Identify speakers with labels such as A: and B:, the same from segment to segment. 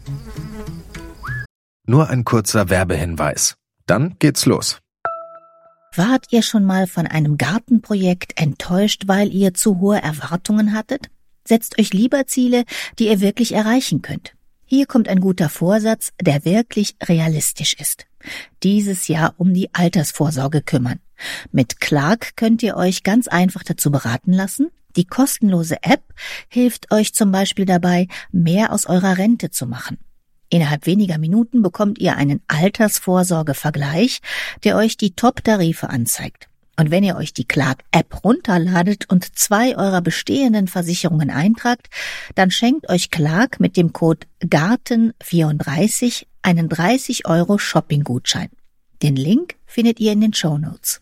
A: Nur ein kurzer Werbehinweis. Dann geht's los.
B: Wart ihr schon mal von einem Gartenprojekt enttäuscht, weil ihr zu hohe Erwartungen hattet? Setzt euch lieber Ziele, die ihr wirklich erreichen könnt. Hier kommt ein guter Vorsatz, der wirklich realistisch ist. Dieses Jahr um die Altersvorsorge kümmern. Mit Clark könnt ihr euch ganz einfach dazu beraten lassen. Die kostenlose App hilft euch zum Beispiel dabei, mehr aus eurer Rente zu machen. Innerhalb weniger Minuten bekommt ihr einen Altersvorsorge-Vergleich, der euch die Top-Tarife anzeigt. Und wenn ihr euch die Clark-App runterladet und 2 eurer bestehenden Versicherungen eintragt, dann schenkt euch Clark mit dem Code GARTEN34 einen 30 € Shopping-Gutschein. Den Link findet ihr in den Shownotes.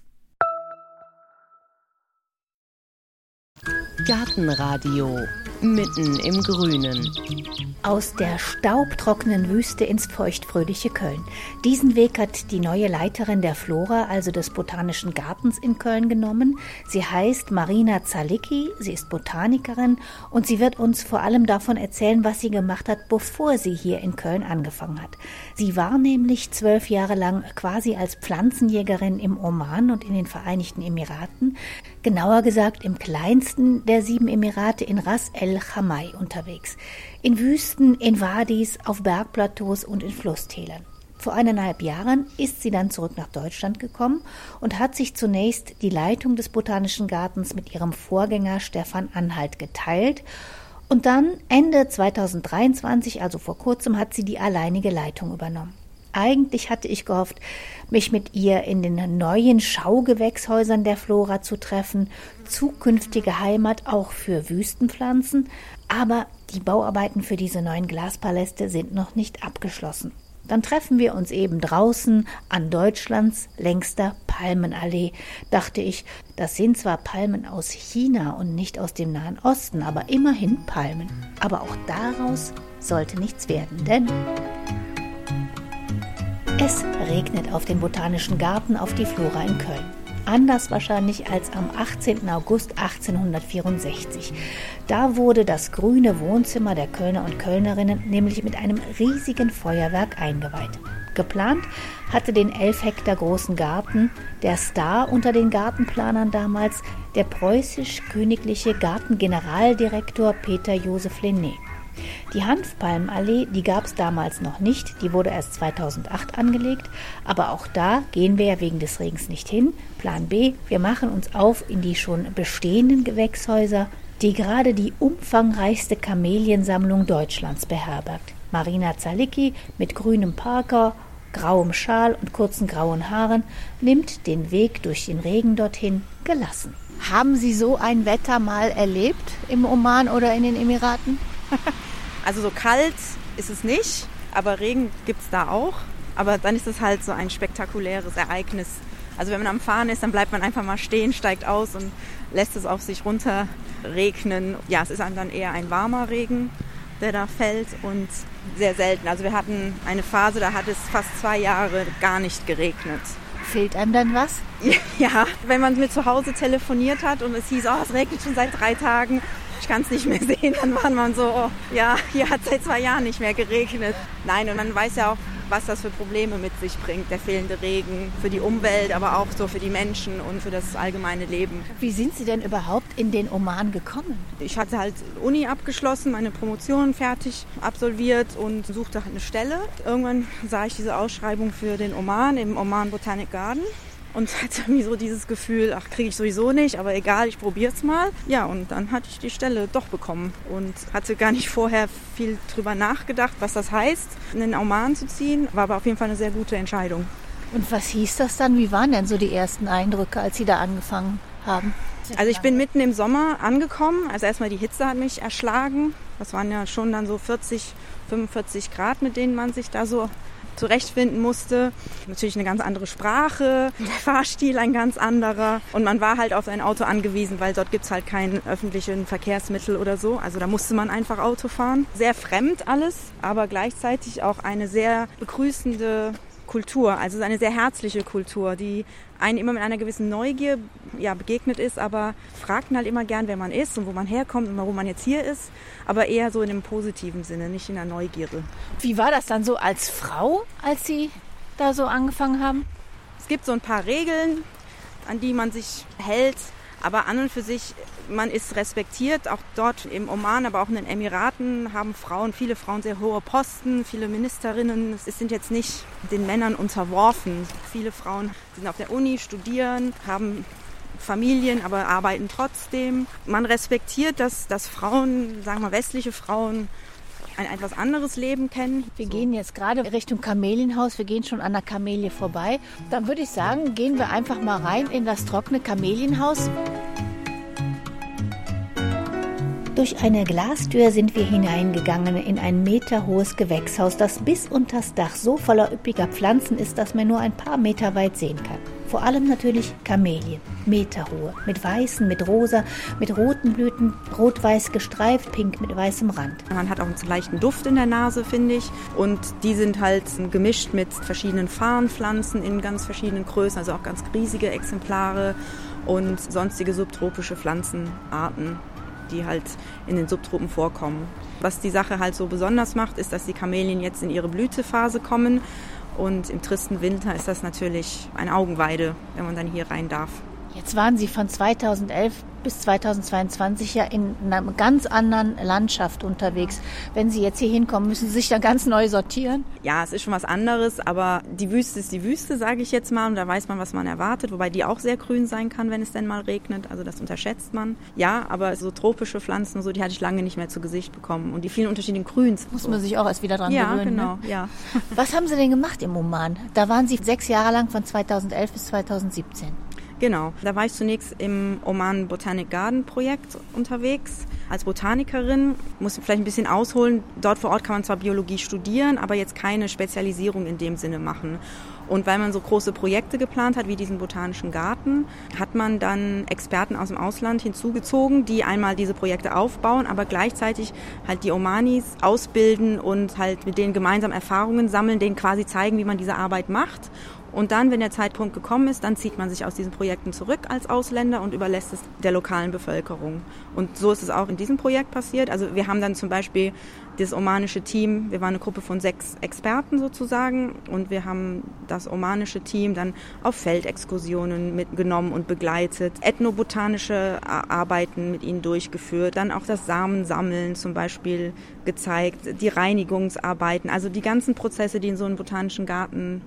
C: Gartenradio mitten im Grünen.
B: Aus der staubtrockenen Wüste ins feuchtfröhliche Köln. Diesen Weg hat die neue Leiterin der Flora, also des Botanischen Gartens in Köln, genommen. Sie heißt Marina Zalicki, sie ist Botanikerin und sie wird uns vor allem davon erzählen, was sie gemacht hat, bevor sie hier in Köln angefangen hat. Sie war nämlich 12 Jahre lang quasi als Pflanzenjägerin im Oman und in den Vereinigten Emiraten, genauer gesagt im kleinsten der 7 Emirate in Ras El Khamai unterwegs. In Wüsten, in Wadis, auf Bergplateaus und in Flusstälern. Vor 1,5 Jahren ist sie dann zurück nach Deutschland gekommen und hat sich zunächst die Leitung des Botanischen Gartens mit ihrem Vorgänger Stefan Anhalt geteilt. Und dann Ende 2023, also vor kurzem, hat sie die alleinige Leitung übernommen. Eigentlich hatte ich gehofft, mich mit ihr in den neuen Schaugewächshäusern der Flora zu treffen, zukünftige Heimat auch für Wüstenpflanzen, aber die Bauarbeiten für diese neuen Glaspaläste sind noch nicht abgeschlossen. Dann treffen wir uns eben draußen an Deutschlands längster Palmenallee. Dachte ich, das sind zwar Palmen aus China und nicht aus dem Nahen Osten, aber immerhin Palmen. Aber auch daraus sollte nichts werden, denn es regnet auf den Botanischen Garten, auf die Flora in Köln. Anders wahrscheinlich als am 18. August 1864. Da wurde das grüne Wohnzimmer der Kölner und Kölnerinnen nämlich mit einem riesigen Feuerwerk eingeweiht. Geplant hatte den 11 Hektar großen Garten der Star unter den Gartenplanern damals, der preußisch-königliche Gartengeneraldirektor Peter Joseph Lenné. Die Hanfpalmenallee, die gab es damals noch nicht, die wurde erst 2008 angelegt, aber auch da gehen wir ja wegen des Regens nicht hin. Plan B, wir machen uns auf in die schon bestehenden Gewächshäuser, die gerade die umfangreichste Kameliensammlung Deutschlands beherbergt. Marina Zalicki mit grünem Parker, grauem Schal und kurzen grauen Haaren nimmt den Weg durch den Regen dorthin gelassen.
D: Haben Sie so ein Wetter mal erlebt im Oman oder in den Emiraten?
E: Also so kalt ist es nicht, aber Regen gibt es da auch. Aber dann ist es halt so ein spektakuläres Ereignis. Also wenn man am Fahren ist, dann bleibt man einfach mal stehen, steigt aus und lässt es auf sich runter regnen. Ja, es ist dann eher ein warmer Regen, der da fällt und sehr selten. Also wir hatten eine Phase, da hat es fast 2 Jahre gar nicht geregnet.
D: Fehlt einem dann was?
E: Ja, wenn man mit zu Hause telefoniert hat und es hieß, oh, es regnet schon seit 3 Tagen, ich kann es nicht mehr sehen, dann war man so, oh, ja, hier hat es seit 2 Jahren nicht mehr geregnet. Nein, und man weiß ja auch, was das für Probleme mit sich bringt, der fehlende Regen für die Umwelt, aber auch so für die Menschen und für das allgemeine Leben.
D: Wie sind Sie denn überhaupt in den Oman gekommen?
E: Ich hatte halt Uni abgeschlossen, meine Promotion fertig absolviert und suchte halt eine Stelle. Irgendwann sah ich diese Ausschreibung für den Oman im Oman Botanic Garden und hatte mir so dieses Gefühl, ach, kriege ich sowieso nicht, aber egal, ich probiere es mal. Ja, und dann hatte ich die Stelle doch bekommen und hatte gar nicht vorher viel drüber nachgedacht, was das heißt, in den Oman zu ziehen. War aber auf jeden Fall eine sehr gute Entscheidung.
D: Und was hieß das dann? Wie waren denn so die ersten Eindrücke, als Sie da angefangen haben?
E: Also ich bin mitten im Sommer angekommen. Also erstmal die Hitze hat mich erschlagen. Das waren ja schon dann so 40, 45 Grad, mit denen man sich da so zurechtfinden musste. Natürlich eine ganz andere Sprache, der Fahrstil ein ganz anderer. Und man war halt auf sein Auto angewiesen, weil dort gibt es halt kein öffentlichen Verkehrsmittel oder so. Also da musste man einfach Auto fahren. Sehr fremd alles, aber gleichzeitig auch eine sehr begrüßende Kultur. Also es ist eine sehr herzliche Kultur, die einen immer mit einer gewissen Neugier begegnet ist, aber fragt halt immer gern, wer man ist und wo man herkommt und warum man jetzt hier ist, aber eher so in einem positiven Sinne, nicht in der Neugierde.
D: Wie war das dann so als Frau, als Sie da so angefangen haben?
E: Es gibt so ein paar Regeln, an die man sich hält, aber an und für sich, man ist respektiert, auch dort im Oman, aber auch in den Emiraten haben viele Frauen sehr hohe Posten, viele Ministerinnen. Es sind jetzt nicht den Männern unterworfen. Viele Frauen sind auf der Uni, studieren, haben Familien, aber arbeiten trotzdem. Man respektiert, dass Frauen, sagen wir westliche Frauen, ein etwas anderes Leben kennen.
D: Wir gehen jetzt gerade Richtung Kamelienhaus, wir gehen schon an der Kamelie vorbei. Dann würde ich sagen, gehen wir einfach mal rein in das trockene Kamelienhaus.
B: Durch eine Glastür sind wir hineingegangen in ein meterhohes Gewächshaus, das bis unters Dach so voller üppiger Pflanzen ist, dass man nur ein paar Meter weit sehen kann. Vor allem natürlich Kamelien, meterhohe, mit weißen, mit rosa, mit roten Blüten, rot-weiß gestreift, pink mit weißem Rand.
E: Man hat auch einen leichten Duft in der Nase, finde ich. Und die sind halt gemischt mit verschiedenen Farnpflanzen in ganz verschiedenen Größen, also auch ganz riesige Exemplare und sonstige subtropische Pflanzenarten, die halt in den Subtropen vorkommen. Was die Sache halt so besonders macht, ist, dass die Kamelien jetzt in ihre Blütephase kommen. Und im tristen Winter ist das natürlich eine Augenweide, wenn man dann hier rein darf.
D: Jetzt waren Sie von 2011 bis 2022 ja in einer ganz anderen Landschaft unterwegs. Wenn Sie jetzt hier hinkommen, müssen Sie sich dann ganz neu sortieren?
E: Ja, es ist schon was anderes, aber die Wüste ist die Wüste, sage ich jetzt mal. Und da weiß man, was man erwartet, wobei die auch sehr grün sein kann, wenn es denn mal regnet. Also das unterschätzt man. Ja, aber so tropische Pflanzen und so, die hatte ich lange nicht mehr zu Gesicht bekommen. Und die vielen unterschiedlichen Grüns.
D: Muss man sich auch erst wieder dran gewöhnen.
E: Ja, genau.
D: Ne?
E: Ja.
D: Was haben Sie denn gemacht im Oman? Da waren Sie 6 Jahre lang, von 2011 bis 2017.
E: Genau, da war ich zunächst im Oman Botanic Garden Projekt unterwegs als Botanikerin. Muss vielleicht ein bisschen ausholen. Dort vor Ort kann man zwar Biologie studieren, aber jetzt keine Spezialisierung in dem Sinne machen. Und weil man so große Projekte geplant hat, wie diesen Botanischen Garten, hat man dann Experten aus dem Ausland hinzugezogen, die einmal diese Projekte aufbauen, aber gleichzeitig halt die Omanis ausbilden und halt mit denen gemeinsam Erfahrungen sammeln, denen quasi zeigen, wie man diese Arbeit macht. Und dann, wenn der Zeitpunkt gekommen ist, dann zieht man sich aus diesen Projekten zurück als Ausländer und überlässt es der lokalen Bevölkerung. Und so ist es auch in diesem Projekt passiert. Also wir haben dann zum Beispiel das omanische Team, wir waren eine Gruppe von 6 Experten sozusagen und wir haben das omanische Team dann auf Feldexkursionen mitgenommen und begleitet, ethnobotanische Arbeiten mit ihnen durchgeführt, dann auch das Samensammeln zum Beispiel gezeigt, die Reinigungsarbeiten, also die ganzen Prozesse, die in so einem botanischen Garten,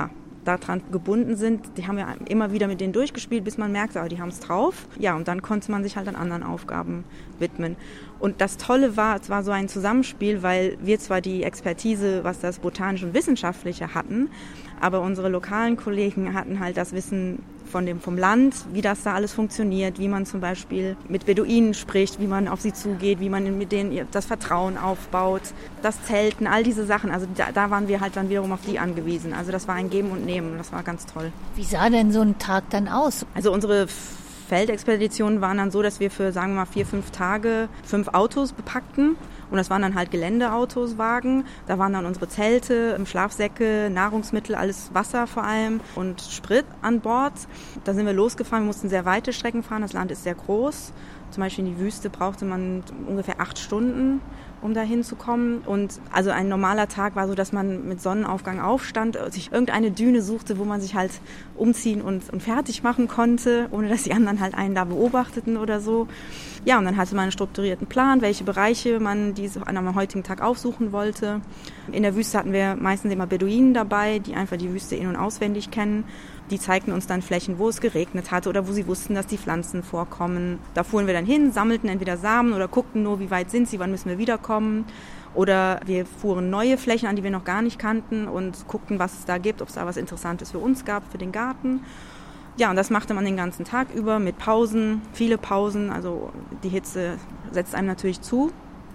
E: daran gebunden sind, die haben wir immer wieder mit denen durchgespielt, bis man merkte, die haben es drauf. Ja, und dann konnte man sich halt an anderen Aufgaben widmen. Und das Tolle war, es war so ein Zusammenspiel, weil wir zwar die Expertise, was das Botanische und Wissenschaftliche hatten, aber unsere lokalen Kollegen hatten halt das Wissen vom Land, wie das da alles funktioniert, wie man zum Beispiel mit Beduinen spricht, wie man auf sie zugeht, wie man mit denen das Vertrauen aufbaut, das Zelten, all diese Sachen. Also da waren wir halt dann wiederum auf die angewiesen. Also das war ein Geben und Nehmen, das war ganz toll.
D: Wie sah denn so ein Tag dann aus?
E: Also unsere Feldexpeditionen waren dann so, dass wir für, sagen wir mal, 4-5 Tage 5 Autos bepackten. Und das waren dann halt Geländeautos, Wagen. Da waren dann unsere Zelte, Schlafsäcke, Nahrungsmittel, alles Wasser vor allem und Sprit an Bord. Da sind wir losgefahren, wir mussten sehr weite Strecken fahren. Das Land ist sehr groß. Zum Beispiel in die Wüste brauchte man ungefähr 8 Stunden, um da hinzukommen. Und also ein normaler Tag war so, dass man mit Sonnenaufgang aufstand, sich irgendeine Düne suchte, wo man sich halt umziehen und fertig machen konnte, ohne dass die anderen halt einen da beobachteten oder so. Ja, und dann hatte man einen strukturierten Plan, welche Bereiche man an einem heutigen Tag aufsuchen wollte. In der Wüste hatten wir meistens immer Beduinen dabei, die einfach die Wüste in- und auswendig kennen. Die zeigten uns dann Flächen, wo es geregnet hatte oder wo sie wussten, dass die Pflanzen vorkommen. Da fuhren wir dann hin, sammelten entweder Samen oder guckten nur, wie weit sind sie, wann müssen wir wiederkommen. Oder wir fuhren neue Flächen an, die wir noch gar nicht kannten und guckten, was es da gibt, ob es da was Interessantes für uns gab, für den Garten. Ja, und das machte man den ganzen Tag über mit Pausen, viele Pausen. Also die Hitze setzt einem natürlich zu,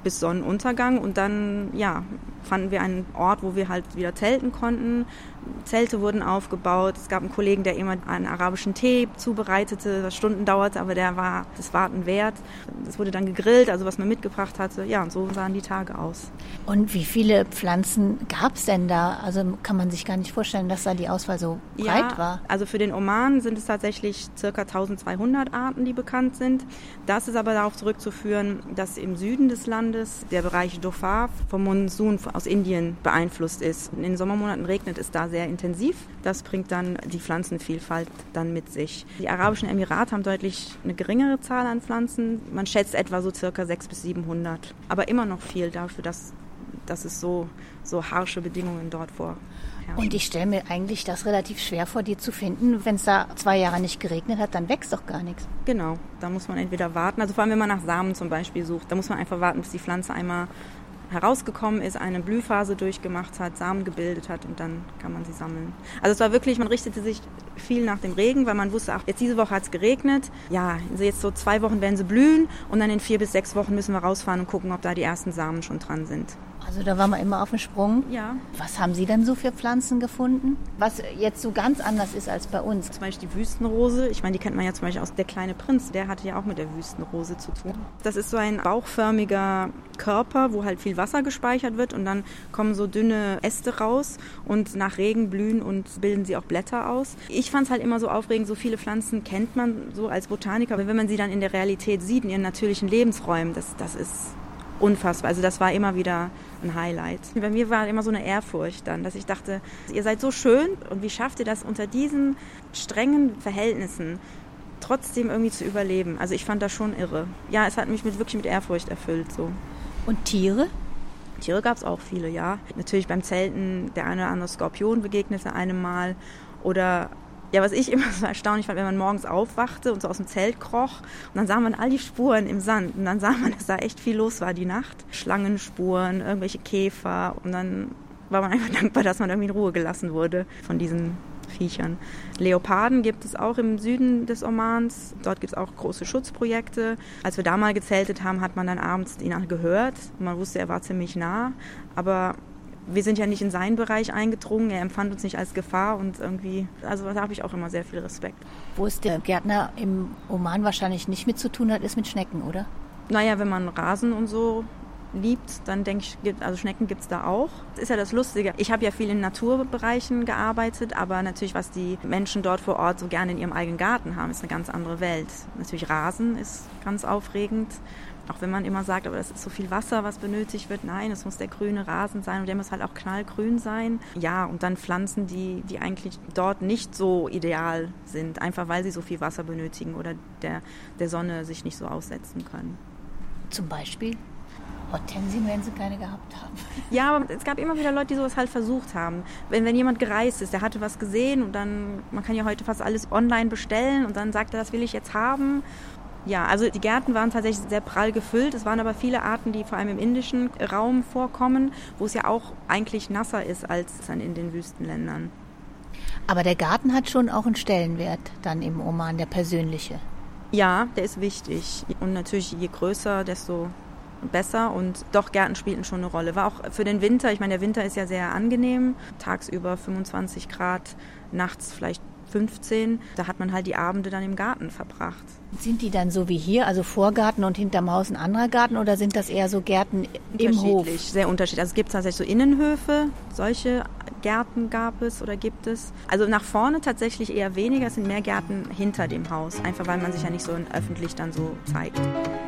E: bis Sonnenuntergang und dann, fanden wir einen Ort, wo wir halt wieder zelten konnten. Zelte wurden aufgebaut. Es gab einen Kollegen, der immer einen arabischen Tee zubereitete, das Stunden dauerte, aber der war das Warten wert. Es wurde dann gegrillt, also was man mitgebracht hatte. Ja, und so sahen die Tage aus.
D: Und wie viele Pflanzen gab es denn da? Also kann man sich gar nicht vorstellen, dass da die Auswahl so breit war.
E: Also für den Oman sind es tatsächlich ca. 1200 Arten, die bekannt sind. Das ist aber darauf zurückzuführen, dass im Süden des Landes der Bereich Dhofar vom Monsun aus Indien beeinflusst ist. In den Sommermonaten regnet es da sehr intensiv. Das bringt dann die Pflanzenvielfalt dann mit sich. Die Arabischen Emirate haben deutlich eine geringere Zahl an Pflanzen. Man schätzt etwa so ca. 600 bis 700. Aber immer noch viel dafür, dass es so harsche Bedingungen dort vorherrschen.
D: Und ich stelle mir eigentlich das relativ schwer vor, die zu finden. Wenn es da 2 Jahre nicht geregnet hat, dann wächst doch gar nichts.
E: Genau, da muss man entweder warten. Also vor allem, wenn man nach Samen zum Beispiel sucht, da muss man einfach warten, bis die Pflanze einmal herausgekommen ist, eine Blühphase durchgemacht hat, Samen gebildet hat und dann kann man sie sammeln. Also es war wirklich, man richtete sich viel nach dem Regen, weil man wusste, jetzt diese Woche hat es geregnet. Ja, also jetzt so 2 Wochen werden sie blühen und dann in 4 bis 6 Wochen müssen wir rausfahren und gucken, ob da die ersten Samen schon dran sind.
D: Also da war man immer auf dem Sprung.
E: Ja.
D: Was haben Sie denn so für Pflanzen gefunden? Was jetzt so ganz anders ist als bei uns?
E: Zum Beispiel die Wüstenrose. Ich meine, die kennt man ja zum Beispiel aus Der kleine Prinz. Der hatte ja auch mit der Wüstenrose zu tun. Das ist so ein bauchförmiger Körper, wo halt viel Wasser gespeichert wird und dann kommen so dünne Äste raus und nach Regen blühen und bilden sie auch Blätter aus. Ich fand es halt immer so aufregend, so viele Pflanzen kennt man so als Botaniker. Aber wenn man sie dann in der Realität sieht, in ihren natürlichen Lebensräumen, das ist unfassbar. Also das war immer wieder ein Highlight. Bei mir war immer so eine Ehrfurcht dann, dass ich dachte, ihr seid so schön und wie schafft ihr das unter diesen strengen Verhältnissen trotzdem irgendwie zu überleben? Also ich fand das schon irre. Ja, es hat mich wirklich mit Ehrfurcht erfüllt. So.
D: Und Tiere?
E: Tiere gab es auch viele, ja. Natürlich beim Zelten der eine oder andere Skorpion begegnete einem mal oder ja, was ich immer so erstaunlich fand, wenn man morgens aufwachte und so aus dem Zelt kroch und dann sah man all die Spuren im Sand und dann sah man, dass da echt viel los war die Nacht. Schlangenspuren, irgendwelche Käfer und dann war man einfach dankbar, dass man irgendwie in Ruhe gelassen wurde von diesen Viechern. Leoparden gibt es auch im Süden des Omans. Dort gibt es auch große Schutzprojekte. Als wir da mal gezeltet haben, hat man dann abends ihn gehört. Man wusste, er war ziemlich nah, aber wir sind ja nicht in seinen Bereich eingedrungen, er empfand uns nicht als Gefahr und irgendwie, also da habe ich auch immer sehr viel Respekt.
D: Wo es der Gärtner im Oman wahrscheinlich nicht mit zu tun hat, ist mit Schnecken, oder?
E: Naja, wenn man Rasen und so liebt, dann denke ich, also Schnecken gibt es da auch. Das ist ja das Lustige. Ich habe ja viel in Naturbereichen gearbeitet, aber natürlich, was die Menschen dort vor Ort so gerne in ihrem eigenen Garten haben, ist eine ganz andere Welt. Natürlich Rasen ist ganz aufregend. Auch wenn man immer sagt, aber das ist so viel Wasser, was benötigt wird. Nein, es muss der grüne Rasen sein und der muss halt auch knallgrün sein. Ja, und dann Pflanzen, die eigentlich dort nicht so ideal sind, einfach weil sie so viel Wasser benötigen oder der Sonne sich nicht so aussetzen können.
D: Zum Beispiel? Hortensien werden sie keine gehabt haben.
E: Ja, aber es gab immer wieder Leute, die sowas halt versucht haben. Wenn jemand gereist ist, der hatte was gesehen und dann, man kann ja heute fast alles online bestellen und dann sagt er, das will ich jetzt haben. Ja, also die Gärten waren tatsächlich sehr prall gefüllt. Es waren aber viele Arten, die vor allem im indischen Raum vorkommen, wo es ja auch eigentlich nasser ist als dann in den Wüstenländern.
D: Aber der Garten hat schon auch einen Stellenwert dann im Oman, der persönliche.
E: Ja, der ist wichtig. Und natürlich je größer, desto besser. Und doch, Gärten spielten schon eine Rolle. War auch für den Winter, ich meine, der Winter ist ja sehr angenehm. Tagsüber 25 Grad, nachts vielleicht 15. Da hat man halt die Abende dann im Garten verbracht.
D: Sind die dann so wie hier, also Vorgarten und hinterm Haus ein anderer Garten oder sind das eher so Gärten im Hof?
E: Sehr unterschiedlich. Also es gibt tatsächlich so Innenhöfe, solche Gärten gab es oder gibt es. Also nach vorne tatsächlich eher weniger, es sind mehr Gärten hinter dem Haus, einfach weil man sich ja nicht so öffentlich dann so zeigt.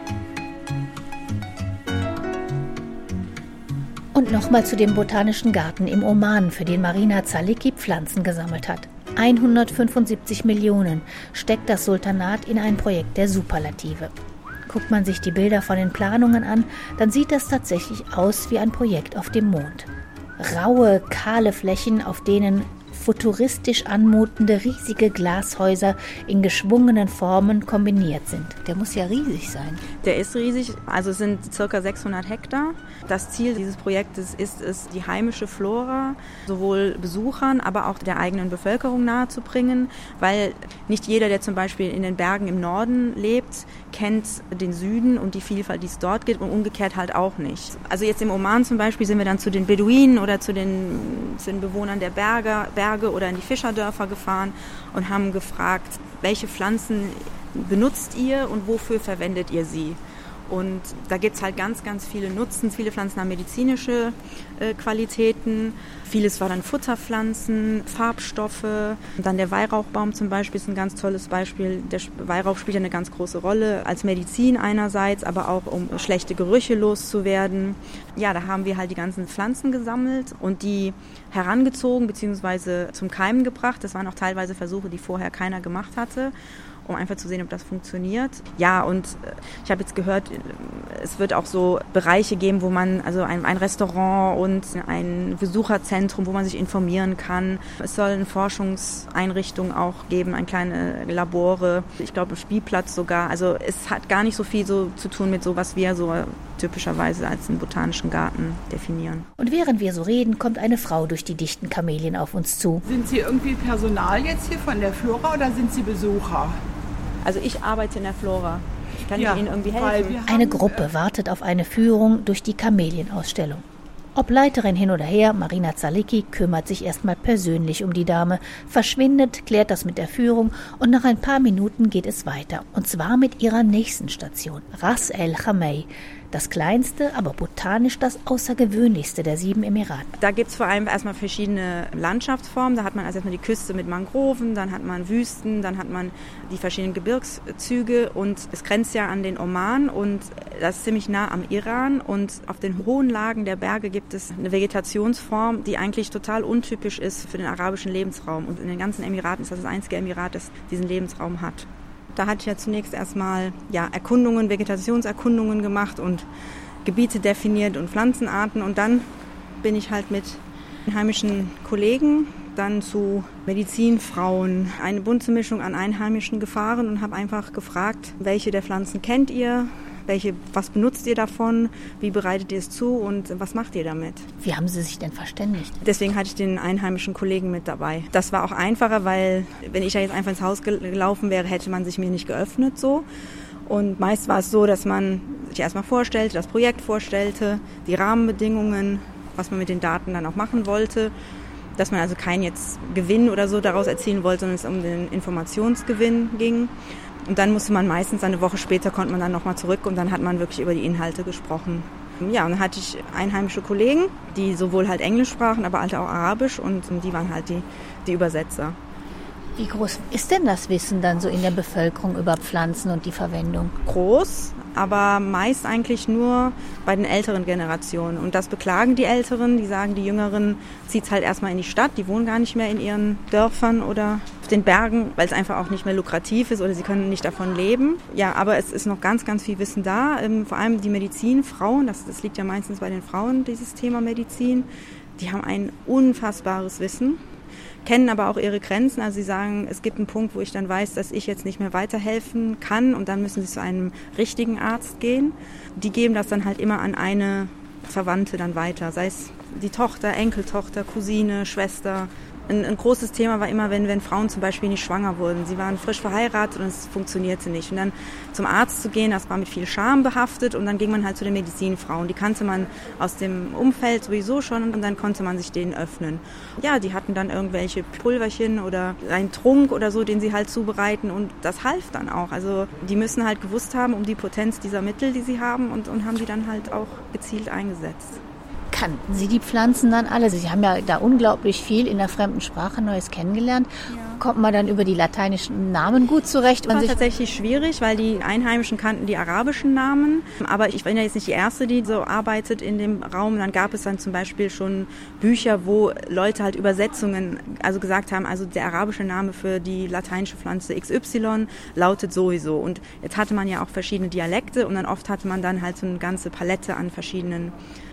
B: Und nochmal zu dem Botanischen Garten im Oman, für den Marina Zaliki Pflanzen gesammelt hat. 175 Millionen steckt das Sultanat in ein Projekt der Superlative. Guckt man sich die Bilder von den Planungen an, dann sieht das tatsächlich aus wie ein Projekt auf dem Mond. Raue, kahle Flächen, auf denen futuristisch anmutende riesige Glashäuser in geschwungenen Formen kombiniert sind. Der muss ja riesig sein.
E: Der ist riesig, also es sind ca. 600 Hektar. Das Ziel dieses Projektes ist es, die heimische Flora sowohl Besuchern, aber auch der eigenen Bevölkerung nahezubringen, weil nicht jeder, der zum Beispiel in den Bergen im Norden lebt, kennt den Süden und die Vielfalt, die es dort gibt, und umgekehrt halt auch nicht. Also jetzt im Oman zum Beispiel sind wir dann zu den Beduinen oder zu den Bewohnern der Berge oder in die Fischerdörfer gefahren und haben gefragt, welche Pflanzen benutzt ihr und wofür verwendet ihr sie? Und da gibt es halt ganz, ganz viele Nutzen. Viele Pflanzen haben medizinische Qualitäten. Vieles war dann Futterpflanzen, Farbstoffe. Und dann der Weihrauchbaum zum Beispiel ist ein ganz tolles Beispiel. Der Weihrauch spielt ja eine ganz große Rolle als Medizin einerseits, aber auch um schlechte Gerüche loszuwerden. Ja, da haben wir halt die ganzen Pflanzen gesammelt und die herangezogen bzw. zum Keimen gebracht. Das waren auch teilweise Versuche, die vorher keiner gemacht hatte, um einfach zu sehen, ob das funktioniert. Ja, und ich habe jetzt gehört, es wird auch so Bereiche geben, wo man, also ein Restaurant und ein Besucherzentrum, wo man sich informieren kann. Es soll eine Forschungseinrichtung auch geben, ein kleine Labore, ich glaube, einen Spielplatz sogar. Also es hat gar nicht so viel so zu tun mit so, was wir so typischerweise als einen botanischen Garten definieren.
B: Und während wir so reden, kommt eine Frau durch die dichten Kamelien auf uns zu.
F: Sind Sie irgendwie Personal jetzt hier von der Flora oder sind Sie Besucher?
E: Also ich arbeite in der Flora. Kann ich Ihnen irgendwie helfen?
B: Eine Gruppe wartet auf eine Führung durch die Kamelienausstellung. Ob Leiterin hin oder her, Marina Zalicki kümmert sich erstmal persönlich um die Dame, verschwindet, klärt das mit der Führung und nach ein paar Minuten geht es weiter. Und zwar mit ihrer nächsten Station, Ras El Khameh. Das kleinste, aber botanisch das außergewöhnlichste der 7 Emirate.
E: Da gibt es vor allem erstmal verschiedene Landschaftsformen. Da hat man also erstmal die Küste mit Mangroven, dann hat man Wüsten, dann hat man die verschiedenen Gebirgszüge und es grenzt ja an den Oman und das ist ziemlich nah am Iran und auf den hohen Lagen der Berge gibt es eine Vegetationsform, die eigentlich total untypisch ist für den arabischen Lebensraum und in den ganzen Emiraten ist das einzige Emirat, das diesen Lebensraum hat. Da hatte ich ja zunächst erstmal Erkundungen, Vegetationserkundungen gemacht und Gebiete definiert und Pflanzenarten. Und dann bin ich halt mit einheimischen Kollegen dann zu Medizinfrauen, eine bunte Mischung an Einheimischen gefahren und habe einfach gefragt, welche der Pflanzen kennt ihr? Was benutzt ihr davon? Wie bereitet ihr es zu und was macht ihr damit?
B: Wie haben Sie sich denn verständigt?
E: Deswegen hatte ich den einheimischen Kollegen mit dabei. Das war auch einfacher, weil wenn ich ja jetzt einfach ins Haus gelaufen wäre, hätte man sich mir nicht geöffnet so. Und meist war es so, dass man sich erstmal vorstellte, das Projekt vorstellte, die Rahmenbedingungen, was man mit den Daten dann auch machen wollte. Dass man also keinen jetzt Gewinn oder so daraus erzielen wollte, sondern es um den Informationsgewinn ging. Und dann musste man meistens eine Woche später, konnte man dann nochmal zurück und dann hat man wirklich über die Inhalte gesprochen. Ja, und dann hatte ich einheimische Kollegen, die sowohl halt Englisch sprachen, aber halt auch Arabisch und die waren halt die Übersetzer.
B: Wie groß ist denn das Wissen dann so in der Bevölkerung über Pflanzen und die Verwendung?
E: Groß, aber meist eigentlich nur bei den älteren Generationen. Und das beklagen die Älteren, die sagen, die Jüngeren zieht es halt erstmal in die Stadt, die wohnen gar nicht mehr in ihren Dörfern oder auf den Bergen, weil es einfach auch nicht mehr lukrativ ist oder sie können nicht davon leben. Ja, aber es ist noch ganz, ganz viel Wissen da, vor allem die Medizinfrauen, das liegt ja meistens bei den Frauen, dieses Thema Medizin, die haben ein unfassbares Wissen. Kennen aber auch ihre Grenzen. Also sie sagen, es gibt einen Punkt, wo ich dann weiß, dass ich jetzt nicht mehr weiterhelfen kann und dann müssen sie zu einem richtigen Arzt gehen. Die geben das dann halt immer an eine Verwandte dann weiter, sei es die Tochter, Enkeltochter, Cousine, Schwester. Ein großes Thema war immer, wenn Frauen zum Beispiel nicht schwanger wurden. Sie waren frisch verheiratet und es funktionierte nicht. Und dann zum Arzt zu gehen, das war mit viel Scham behaftet und dann ging man halt zu den Medizinfrauen. Die kannte man aus dem Umfeld sowieso schon und dann konnte man sich denen öffnen. Ja, die hatten dann irgendwelche Pulverchen oder einen Trunk oder so, den sie halt zubereiten und das half dann auch. Also die müssen halt gewusst haben um die Potenz dieser Mittel, die sie haben und haben die dann halt auch gezielt eingesetzt.
B: Kannten Sie die Pflanzen dann alle? Sie haben ja da unglaublich viel in der fremden Sprache Neues kennengelernt. Ja. Kommt man dann über die lateinischen Namen gut zurecht?
E: Das war tatsächlich schwierig, weil die Einheimischen kannten die arabischen Namen. Aber ich bin ja jetzt nicht die Erste, die so arbeitet in dem Raum. Dann gab es dann zum Beispiel schon Bücher, wo Leute halt Übersetzungen, also gesagt haben, also der arabische Name für die lateinische Pflanze XY lautet sowieso. Und jetzt hatte man ja auch verschiedene Dialekte und dann oft hatte man dann halt so eine ganze Palette an verschiedenen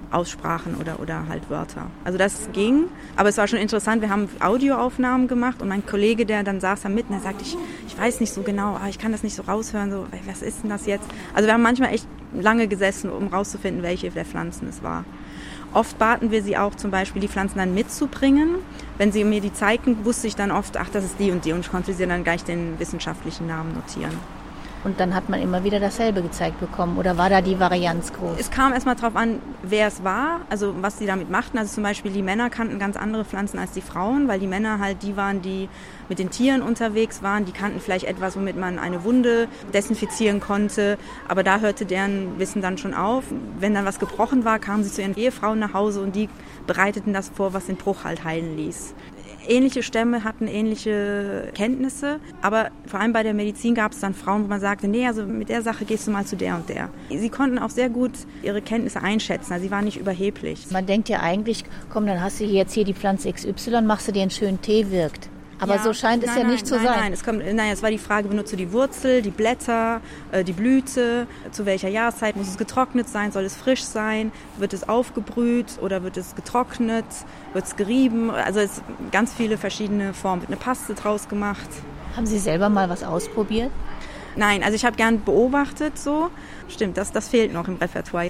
E: Aussprachen oder halt Wörter. Also das ging, aber es war schon interessant, wir haben Audioaufnahmen gemacht und mein Kollege, der dann saß da mitten, der sagte, ich weiß nicht so genau, ich kann das nicht so raushören, so, was ist denn das jetzt? Also wir haben manchmal echt lange gesessen, um rauszufinden, welche der Pflanzen es war. Oft baten wir sie auch zum Beispiel, die Pflanzen dann mitzubringen. Wenn sie mir die zeigten, wusste ich dann oft, das ist die und ich konnte sie dann gleich den wissenschaftlichen Namen notieren.
D: Und dann hat man immer wieder dasselbe gezeigt bekommen. Oder war da die Varianz groß?
E: Es kam erstmal drauf an, wer es war, also was die damit machten. Also zum Beispiel die Männer kannten ganz andere Pflanzen als die Frauen, weil die Männer halt die waren, die mit den Tieren unterwegs waren. Die kannten vielleicht etwas, womit man eine Wunde desinfizieren konnte. Aber da hörte deren Wissen dann schon auf. Wenn dann was gebrochen war, kamen sie zu ihren Ehefrauen nach Hause und die bereiteten das vor, was den Bruch halt heilen ließ. Ähnliche Stämme hatten ähnliche Kenntnisse, aber vor allem bei der Medizin gab es dann Frauen, wo man sagte, nee, also mit der Sache gehst du mal zu der und der. Sie konnten auch sehr gut ihre Kenntnisse einschätzen, also sie waren nicht überheblich.
D: Man denkt ja eigentlich, komm, dann hast du jetzt hier die Pflanze XY, machst du dir einen schönen Tee, wirkt. Aber ja, so scheint es nicht zu sein.
E: Nein, es war die Frage, benutzt du die Wurzel, die Blätter, die Blüte, zu welcher Jahreszeit muss es getrocknet sein, soll es frisch sein, wird es aufgebrüht oder wird es getrocknet, wird es gerieben, also es ganz viele verschiedene Formen, wird eine Paste draus gemacht.
D: Haben Sie selber mal was ausprobiert?
E: Nein, also ich habe gern beobachtet so. Stimmt, das fehlt noch im Repertoire.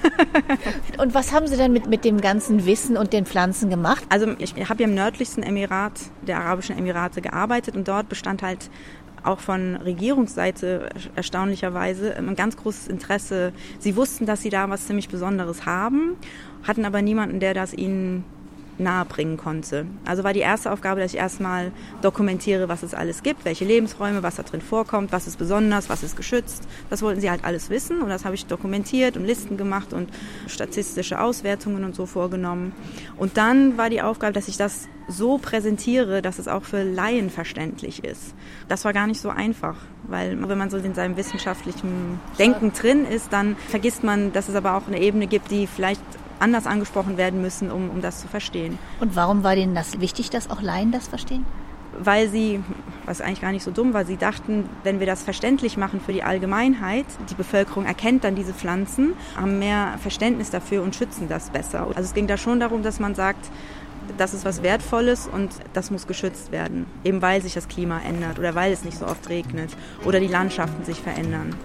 D: Und was haben Sie denn mit dem ganzen Wissen und den Pflanzen gemacht?
E: Also ich habe ja im nördlichsten Emirat der Arabischen Emirate gearbeitet und dort bestand halt auch von Regierungsseite erstaunlicherweise ein ganz großes Interesse. Sie wussten, dass sie da was ziemlich Besonderes haben, hatten aber niemanden, der das ihnen nahebringen konnte. Also war die erste Aufgabe, dass ich erstmal dokumentiere, was es alles gibt, welche Lebensräume, was da drin vorkommt, was ist besonders, was ist geschützt. Das wollten sie halt alles wissen und das habe ich dokumentiert und Listen gemacht und statistische Auswertungen und so vorgenommen. Und dann war die Aufgabe, dass ich das so präsentiere, dass es auch für Laien verständlich ist. Das war gar nicht so einfach, weil wenn man so in seinem wissenschaftlichen Denken drin ist, dann vergisst man, dass es aber auch eine Ebene gibt, die vielleicht anders angesprochen werden müssen, um das zu verstehen.
D: Und warum war denen das wichtig, dass auch Laien das verstehen?
E: Weil sie, was eigentlich gar nicht so dumm war, sie dachten, wenn wir das verständlich machen für die Allgemeinheit, die Bevölkerung erkennt dann diese Pflanzen, haben mehr Verständnis dafür und schützen das besser. Also es ging da schon darum, dass man sagt, das ist was Wertvolles und das muss geschützt werden, eben weil sich das Klima ändert oder weil es nicht so oft regnet oder die Landschaften sich verändern.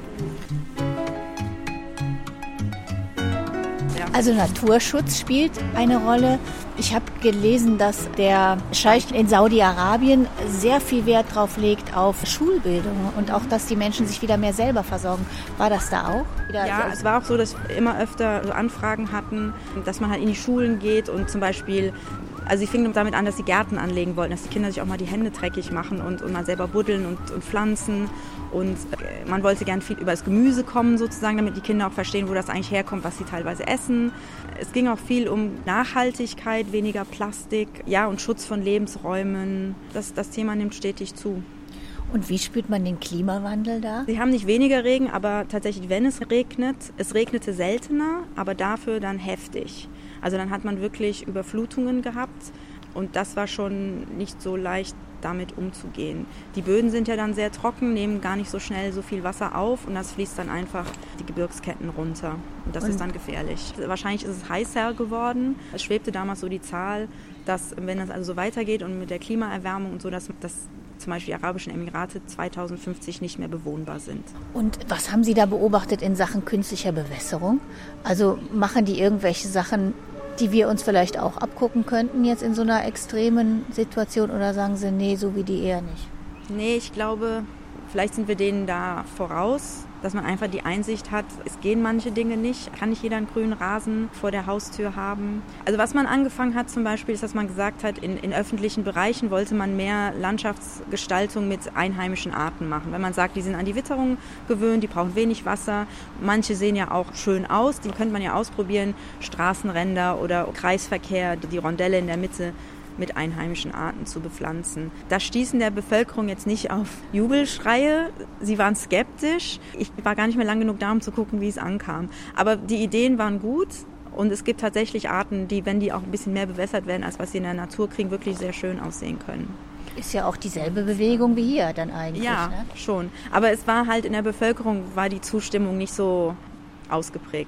D: Also Naturschutz spielt eine Rolle. Ich habe gelesen, dass der Scheich in Saudi-Arabien sehr viel Wert drauf legt auf Schulbildung und auch, dass die Menschen sich wieder mehr selber versorgen. War das da auch?
E: Ja, es war auch so, dass wir immer öfter so Anfragen hatten, dass man halt in die Schulen geht und zum Beispiel, also sie fingen damit an, dass sie Gärten anlegen wollten, dass die Kinder sich auch mal die Hände dreckig machen und mal selber buddeln und pflanzen. Und man wollte gern viel über das Gemüse kommen sozusagen, damit die Kinder auch verstehen, wo das eigentlich herkommt, was sie teilweise essen. Es ging auch viel um Nachhaltigkeit, weniger Plastik, ja, und Schutz von Lebensräumen. Das Thema nimmt stetig zu.
D: Und wie spürt man den Klimawandel da?
E: Sie haben nicht weniger Regen, aber tatsächlich, wenn es regnete seltener, aber dafür dann heftig. Also dann hat man wirklich Überflutungen gehabt und das war schon nicht so leicht, damit umzugehen. Die Böden sind ja dann sehr trocken, nehmen gar nicht so schnell so viel Wasser auf und das fließt dann einfach die Gebirgsketten runter. Und das ist dann gefährlich. Wahrscheinlich ist es heißer geworden. Es schwebte damals so die Zahl, dass wenn das also so weitergeht und mit der Klimaerwärmung und so, dass zum Beispiel die Arabischen Emirate 2050 nicht mehr bewohnbar sind.
D: Und was haben Sie da beobachtet in Sachen künstlicher Bewässerung? Also machen die irgendwelche Sachen, die wir uns vielleicht auch abgucken könnten jetzt in so einer extremen Situation oder sagen Sie, nee, so wie die eher nicht?
E: Nee, ich glaube, vielleicht sind wir denen da voraus, dass man einfach die Einsicht hat, es gehen manche Dinge nicht, kann nicht jeder einen grünen Rasen vor der Haustür haben. Also was man angefangen hat zum Beispiel, ist, dass man gesagt hat, in öffentlichen Bereichen wollte man mehr Landschaftsgestaltung mit einheimischen Arten machen. Wenn man sagt, die sind an die Witterung gewöhnt, die brauchen wenig Wasser, manche sehen ja auch schön aus, die könnte man ja ausprobieren, Straßenränder oder Kreisverkehr, die Rondelle in der Mitte mit einheimischen Arten zu bepflanzen. Da stießen der Bevölkerung jetzt nicht auf Jubelschreie. Sie waren skeptisch. Ich war gar nicht mehr lang genug da, um zu gucken, wie es ankam. Aber die Ideen waren gut und es gibt tatsächlich Arten, die, wenn die auch ein bisschen mehr bewässert werden, als was sie in der Natur kriegen, wirklich sehr schön aussehen können.
D: Ist ja auch dieselbe Bewegung wie hier dann eigentlich.
E: Ja,
D: ne?
E: Schon. Aber es war halt in der Bevölkerung, war die Zustimmung nicht so ausgeprägt.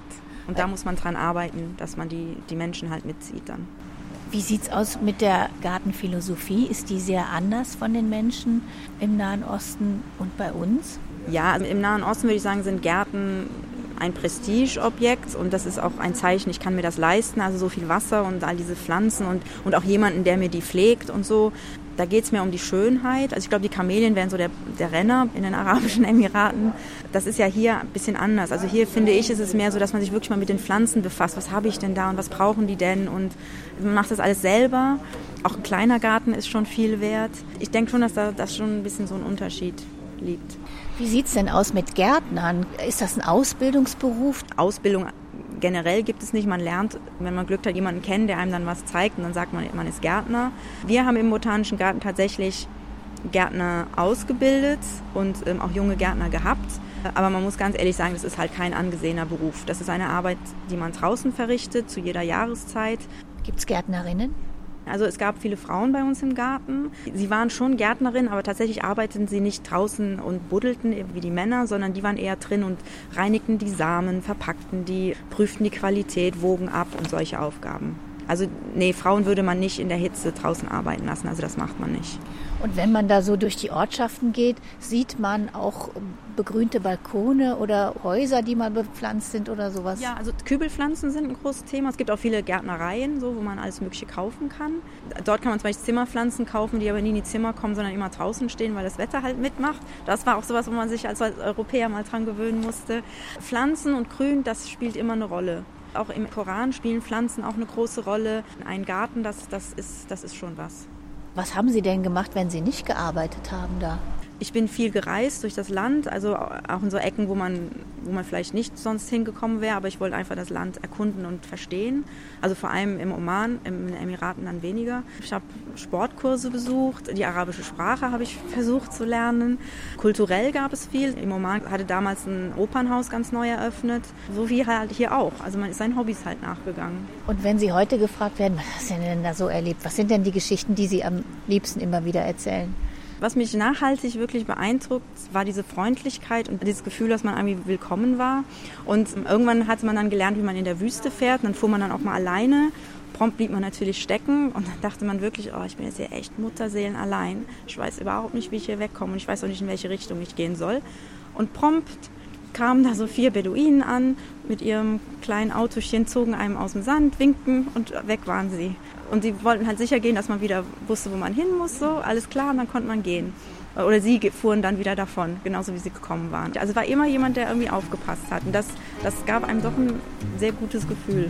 E: Und da muss man dran arbeiten, dass man die Menschen halt mitzieht dann.
D: Wie sieht es aus mit der Gartenphilosophie? Ist die sehr anders von den Menschen im Nahen Osten und bei uns?
E: Ja, also im Nahen Osten würde ich sagen, sind Gärten ein Prestigeobjekt und das ist auch ein Zeichen, ich kann mir das leisten, also so viel Wasser und all diese Pflanzen und auch jemanden, der mir die pflegt und so. Da geht es mir um die Schönheit. Also ich glaube, die Kamelien wären so der Renner in den Arabischen Emiraten. Das ist ja hier ein bisschen anders. Also hier finde ich, ist es mehr so, dass man sich wirklich mal mit den Pflanzen befasst. Was habe ich denn da und was brauchen die denn? Und man macht das alles selber. Auch ein kleiner Garten ist schon viel wert. Ich denke schon, dass da schon ein bisschen so ein Unterschied liegt.
D: Wie sieht es denn aus mit Gärtnern? Ist das ein Ausbildungsberuf?
E: Ausbildung generell gibt es nicht. Man lernt, wenn man Glück hat, jemanden kennen, der einem dann was zeigt und dann sagt man, man ist Gärtner. Wir haben im Botanischen Garten tatsächlich Gärtner ausgebildet und auch junge Gärtner gehabt. Aber man muss ganz ehrlich sagen, das ist halt kein angesehener Beruf. Das ist eine Arbeit, die man draußen verrichtet, zu jeder Jahreszeit.
D: Gibt es Gärtnerinnen?
E: Also es gab viele Frauen bei uns im Garten. Sie waren schon Gärtnerinnen, aber tatsächlich arbeiteten sie nicht draußen und buddelten wie die Männer, sondern die waren eher drin und reinigten die Samen, verpackten die, prüften die Qualität, wogen ab und solche Aufgaben. Also nee, Frauen würde man nicht in der Hitze draußen arbeiten lassen, also das macht man nicht.
D: Und wenn man da so durch die Ortschaften geht, sieht man auch begrünte Balkone oder Häuser, die mal bepflanzt sind oder sowas?
E: Ja, also Kübelpflanzen sind ein großes Thema. Es gibt auch viele Gärtnereien, so, wo man alles Mögliche kaufen kann. Dort kann man zum Beispiel Zimmerpflanzen kaufen, die aber nie in die Zimmer kommen, sondern immer draußen stehen, weil das Wetter halt mitmacht. Das war auch sowas, wo man sich als Europäer mal dran gewöhnen musste. Pflanzen und Grün, das spielt immer eine Rolle. Auch im Koran spielen Pflanzen auch eine große Rolle. Ein Garten, das ist schon was.
D: Was haben Sie denn gemacht, wenn Sie nicht gearbeitet haben da?
E: Ich bin viel gereist durch das Land, also auch in so Ecken, wo man vielleicht nicht sonst hingekommen wäre, aber ich wollte einfach das Land erkunden und verstehen. Also vor allem im Oman, in den Emiraten dann weniger. Ich habe Sportkurse besucht, die arabische Sprache habe ich versucht zu lernen. Kulturell gab es viel. Im Oman hatte damals ein Opernhaus ganz neu eröffnet, so wie halt hier auch. Also man ist seinen Hobbys halt nachgegangen.
D: Und wenn Sie heute gefragt werden, was hast du denn da so erlebt? Was sind denn die Geschichten, die Sie am liebsten immer wieder erzählen?
E: Was mich nachhaltig wirklich beeindruckt, war diese Freundlichkeit und dieses Gefühl, dass man irgendwie willkommen war. Und irgendwann hatte man dann gelernt, wie man in der Wüste fährt. Und dann fuhr man dann auch mal alleine. Prompt blieb man natürlich stecken. Und dann dachte man wirklich, ich bin jetzt hier echt Mutterseelen allein. Ich weiß überhaupt nicht, wie ich hier wegkomme. Und ich weiß auch nicht, in welche Richtung ich gehen soll. Und prompt kamen da so 4 Beduinen an mit ihrem kleinen Autochen, zogen einem aus dem Sand, winkten und weg waren sie. Und sie wollten halt sicher gehen, dass man wieder wusste, wo man hin muss, so, alles klar, und dann konnte man gehen. Oder sie fuhren dann wieder davon, genauso wie sie gekommen waren. Also war immer jemand, der irgendwie aufgepasst hat. Und das gab einem doch ein sehr gutes Gefühl.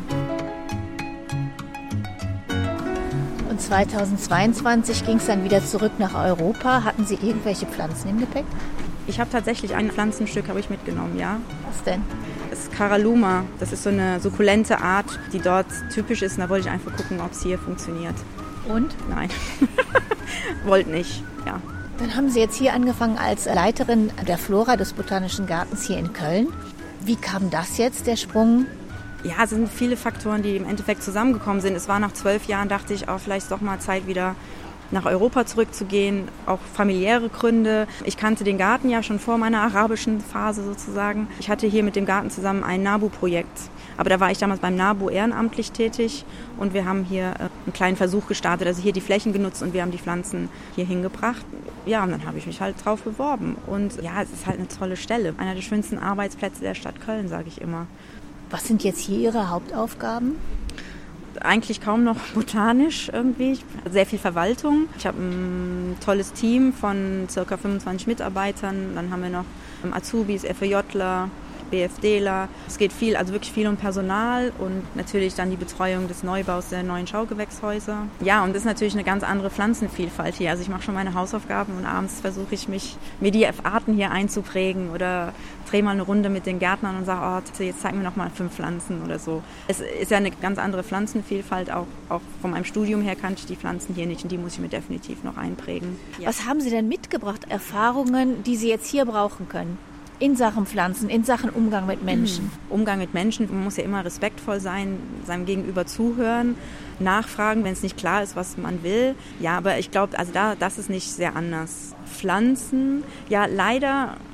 D: Und 2022 ging es dann wieder zurück nach Europa. Hatten Sie irgendwelche Pflanzen im Gepäck?
E: Ich habe tatsächlich ein Pflanzenstück mitgenommen, ja.
D: Was denn?
E: Das ist Caralluma. Das ist so eine sukkulente Art, die dort typisch ist. Und da wollte ich einfach gucken, ob es hier funktioniert.
D: Und?
E: Nein. Wollte nicht, ja.
D: Dann haben Sie jetzt hier angefangen als Leiterin der Flora des Botanischen Gartens hier in Köln. Wie kam das jetzt, der Sprung?
E: Ja, es sind viele Faktoren, die im Endeffekt zusammengekommen sind. Es war nach 12 Jahren, dachte ich, vielleicht doch mal Zeit wieder nach Europa zurückzugehen, auch familiäre Gründe. Ich kannte den Garten ja schon vor meiner arabischen Phase sozusagen. Ich hatte hier mit dem Garten zusammen ein NABU-Projekt. Aber da war ich damals beim NABU ehrenamtlich tätig und wir haben hier einen kleinen Versuch gestartet, also hier die Flächen genutzt und wir haben die Pflanzen hier hingebracht. Ja, und dann habe ich mich halt drauf beworben. Und ja, es ist halt eine tolle Stelle. Einer der schönsten Arbeitsplätze der Stadt Köln, sage ich immer.
D: Was sind jetzt hier Ihre Hauptaufgaben?
E: Eigentlich kaum noch botanisch irgendwie. Sehr viel Verwaltung. Ich habe ein tolles Team von ca. 25 Mitarbeitern. Dann haben wir noch Azubis, FEJler, BFDler. Es geht viel, also wirklich viel um Personal und natürlich dann die Betreuung des Neubaus der neuen Schaugewächshäuser. Ja, und das ist natürlich eine ganz andere Pflanzenvielfalt hier. Also ich mache schon meine Hausaufgaben und abends versuche ich mir die Arten hier einzuprägen oder drehe mal eine Runde mit den Gärtnern und sage, jetzt zeig mir noch mal 5 Pflanzen oder so. Es ist ja eine ganz andere Pflanzenvielfalt, auch von meinem Studium her kannte ich die Pflanzen hier nicht und die muss ich mir definitiv noch einprägen. Ja.
D: Was haben Sie denn mitgebracht, Erfahrungen, die Sie jetzt hier brauchen können? In Sachen Pflanzen, in Sachen Umgang mit Menschen.
E: Umgang mit Menschen, man muss ja immer respektvoll sein, seinem Gegenüber zuhören, nachfragen, wenn es nicht klar ist, was man will. Ja, aber ich glaube, also das ist nicht sehr anders. Pflanzen, ja leider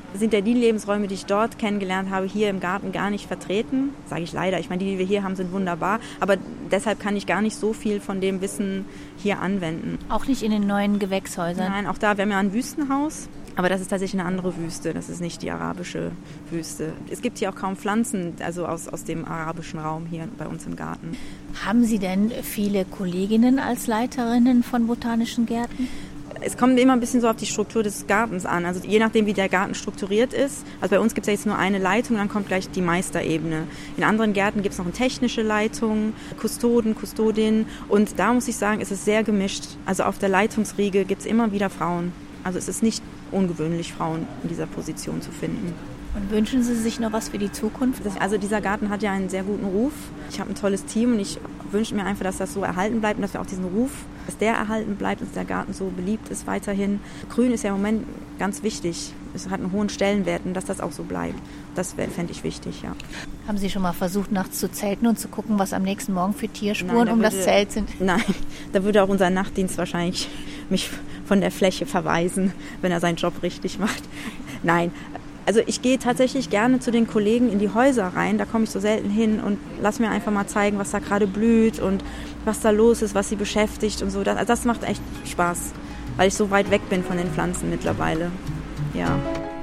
E: sind ja die Lebensräume, die ich dort kennengelernt habe, hier im Garten gar nicht vertreten. Sage ich leider. Ich meine, die wir hier haben, sind wunderbar. Aber deshalb kann ich gar nicht so viel von dem Wissen hier anwenden.
D: Auch nicht in den neuen Gewächshäusern?
E: Nein, auch da, wir haben ja ein Wüstenhaus. Aber das ist tatsächlich eine andere Wüste. Das ist nicht die arabische Wüste. Es gibt hier auch kaum Pflanzen, also aus dem arabischen Raum hier bei uns im Garten.
D: Haben Sie denn viele Kolleginnen als Leiterinnen von botanischen Gärten?
E: Es kommt immer ein bisschen so auf die Struktur des Gartens an. Also je nachdem, wie der Garten strukturiert ist. Also bei uns gibt es ja jetzt nur eine Leitung, dann kommt gleich die Meisterebene. In anderen Gärten gibt es noch eine technische Leitung, Kustoden, Kustodin. Und da muss ich sagen, ist es sehr gemischt. Also auf der Leitungsriege gibt es immer wieder Frauen. Also es ist nicht ungewöhnlich, Frauen in dieser Position zu finden.
D: Und wünschen Sie sich noch was für die Zukunft?
E: Also dieser Garten hat ja einen sehr guten Ruf. Ich habe ein tolles Team und ich wünsche mir einfach, dass das so erhalten bleibt und dass wir auch diesen Ruf, dass der erhalten bleibt und dass der Garten so beliebt ist weiterhin. Grün ist ja im Moment ganz wichtig. Es hat einen hohen Stellenwert und dass das auch so bleibt. Das fände ich wichtig, ja.
D: Haben Sie schon mal versucht, nachts zu zelten und zu gucken, was am nächsten Morgen für Tierspuren das Zelt sind?
E: Nein, da würde auch unser Nachtdienst wahrscheinlich mich von der Fläche verweisen, wenn er seinen Job richtig macht. Nein, also ich gehe tatsächlich gerne zu den Kollegen in die Häuser rein, da komme ich so selten hin und lass mir einfach mal zeigen, was da gerade blüht und was da los ist, was sie beschäftigt und so. Das macht echt Spaß, weil ich so weit weg bin von den Pflanzen mittlerweile. Ja.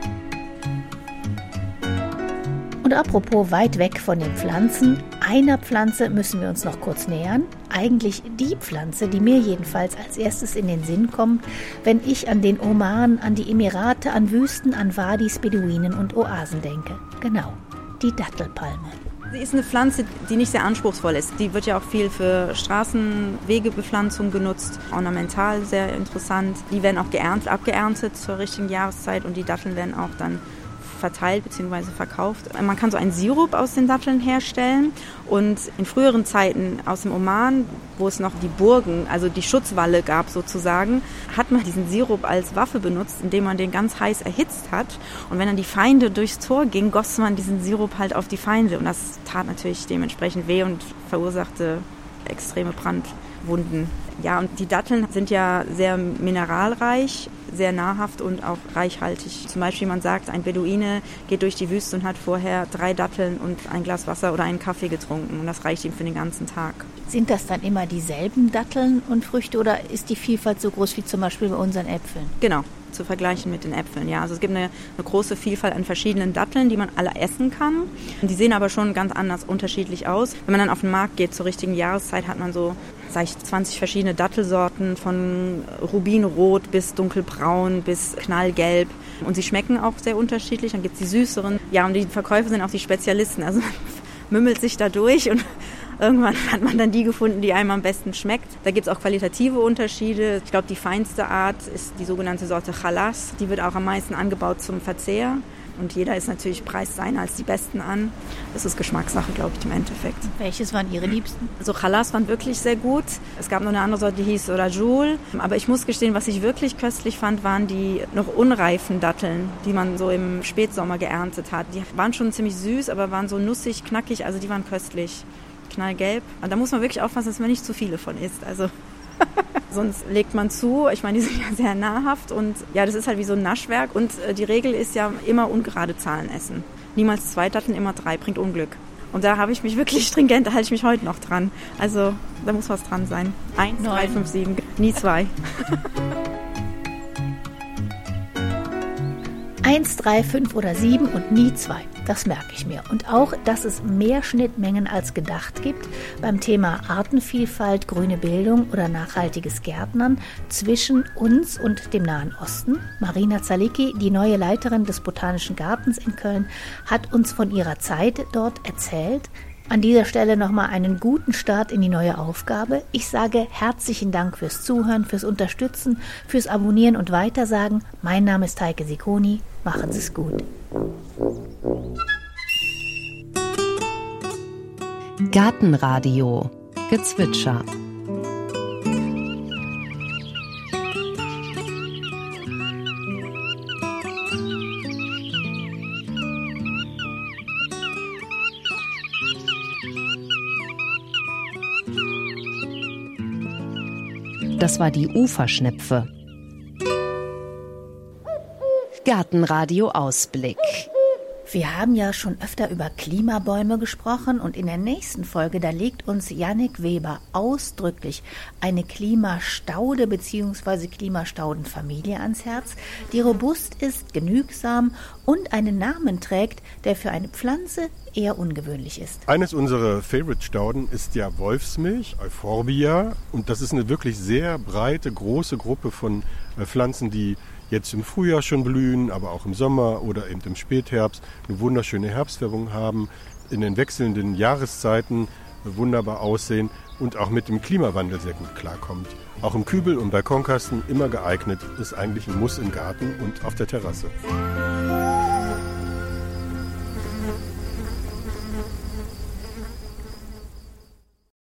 B: Und apropos weit weg von den Pflanzen, einer Pflanze müssen wir uns noch kurz nähern. Eigentlich die Pflanze, die mir jedenfalls als erstes in den Sinn kommt, wenn ich an den Oman, an die Emirate, an Wüsten, an Wadis, Beduinen und Oasen denke. Genau, die Dattelpalme.
E: Sie ist eine Pflanze, die nicht sehr anspruchsvoll ist. Die wird ja auch viel für Straßenwegebepflanzung genutzt, ornamental sehr interessant. Die werden auch abgeerntet zur richtigen Jahreszeit und die Datteln werden auch dann verteilt bzw. verkauft. Man kann so einen Sirup aus den Datteln herstellen und in früheren Zeiten aus dem Oman, wo es noch die Burgen, also die Schutzwalle gab sozusagen, hat man diesen Sirup als Waffe benutzt, indem man den ganz heiß erhitzt hat und wenn dann die Feinde durchs Tor gingen, goss man diesen Sirup halt auf die Feinde und das tat natürlich dementsprechend weh und verursachte extreme Brandwunden. Ja, und die Datteln sind ja sehr mineralreich, sehr nahrhaft und auch reichhaltig. Zum Beispiel, man sagt, ein Beduine geht durch die Wüste und hat vorher 3 Datteln und ein Glas Wasser oder einen Kaffee getrunken und das reicht ihm für den ganzen Tag.
D: Sind das dann immer dieselben Datteln und Früchte oder ist die Vielfalt so groß wie zum Beispiel bei unseren Äpfeln?
E: Genau, zu vergleichen mit den Äpfeln. Ja, also es gibt eine große Vielfalt an verschiedenen Datteln, die man alle essen kann. Die sehen aber schon ganz anders unterschiedlich aus. Wenn man dann auf den Markt geht zur richtigen Jahreszeit, hat man so 20 verschiedene Dattelsorten von Rubinrot bis dunkelbraun bis knallgelb. Und sie schmecken auch sehr unterschiedlich. Dann gibt es die süßeren. Ja, und die Verkäufer sind auch die Spezialisten. Also man mümmelt sich da durch und irgendwann hat man dann die gefunden, die einem am besten schmeckt. Da gibt es auch qualitative Unterschiede. Ich glaube, die feinste Art ist die sogenannte Sorte Chalas. Die wird auch am meisten angebaut zum Verzehr. Und jeder ist natürlich preist seiner als die Besten an. Das ist Geschmackssache, glaube ich, im Endeffekt.
D: Welches waren Ihre Liebsten?
E: Also Chalas waren wirklich sehr gut. Es gab noch eine andere Sorte, die hieß Rajul. Aber ich muss gestehen, was ich wirklich köstlich fand, waren die noch unreifen Datteln, die man so im Spätsommer geerntet hat. Die waren schon ziemlich süß, aber waren so nussig, knackig. Also die waren köstlich. Knallgelb. Und da muss man wirklich aufpassen, dass man nicht zu viele von isst. Also sonst legt man zu. Ich meine, die sind ja sehr nahrhaft und ja, das ist halt wie so ein Naschwerk. Und die Regel ist ja immer ungerade Zahlen essen. Niemals 2 Datteln, immer 3, bringt Unglück. Und da habe ich mich wirklich stringent, da halte ich mich heute noch dran. Also da muss was dran sein. 1, 3, 5, 7, nie 2.
B: 1, 3, 5 oder 7 und nie 2. Das merke ich mir. Und auch, dass es mehr Schnittmengen als gedacht gibt beim Thema Artenvielfalt, grüne Bildung oder nachhaltiges Gärtnern zwischen uns und dem Nahen Osten. Marina Zalicki, die neue Leiterin des Botanischen Gartens in Köln, hat uns von ihrer Zeit dort erzählt. An dieser Stelle nochmal einen guten Start in die neue Aufgabe. Ich sage herzlichen Dank fürs Zuhören, fürs Unterstützen, fürs Abonnieren und Weitersagen. Mein Name ist Heike Sicconi. Machen Sie es gut.
C: Gartenradio Gezwitscher. Das war die Uferschnepfe. Gartenradio Ausblick.
B: Wir haben ja schon öfter über Klimabäume gesprochen und in der nächsten Folge, da legt uns Jannik Weber ausdrücklich eine Klimastaude bzw. Klimastaudenfamilie ans Herz, die robust ist, genügsam und einen Namen trägt, der für eine Pflanze eher ungewöhnlich ist.
G: Eines unserer Favorite-Stauden ist ja Wolfsmilch, Euphorbia. Und das ist eine wirklich sehr breite, große Gruppe von Pflanzen, die jetzt im Frühjahr schon blühen, aber auch im Sommer oder eben im Spätherbst eine wunderschöne Herbstfärbung haben, in den wechselnden Jahreszeiten wunderbar aussehen und auch mit dem Klimawandel sehr gut klarkommt. Auch im Kübel und Balkonkasten immer geeignet, ist eigentlich ein Muss im Garten und auf der Terrasse.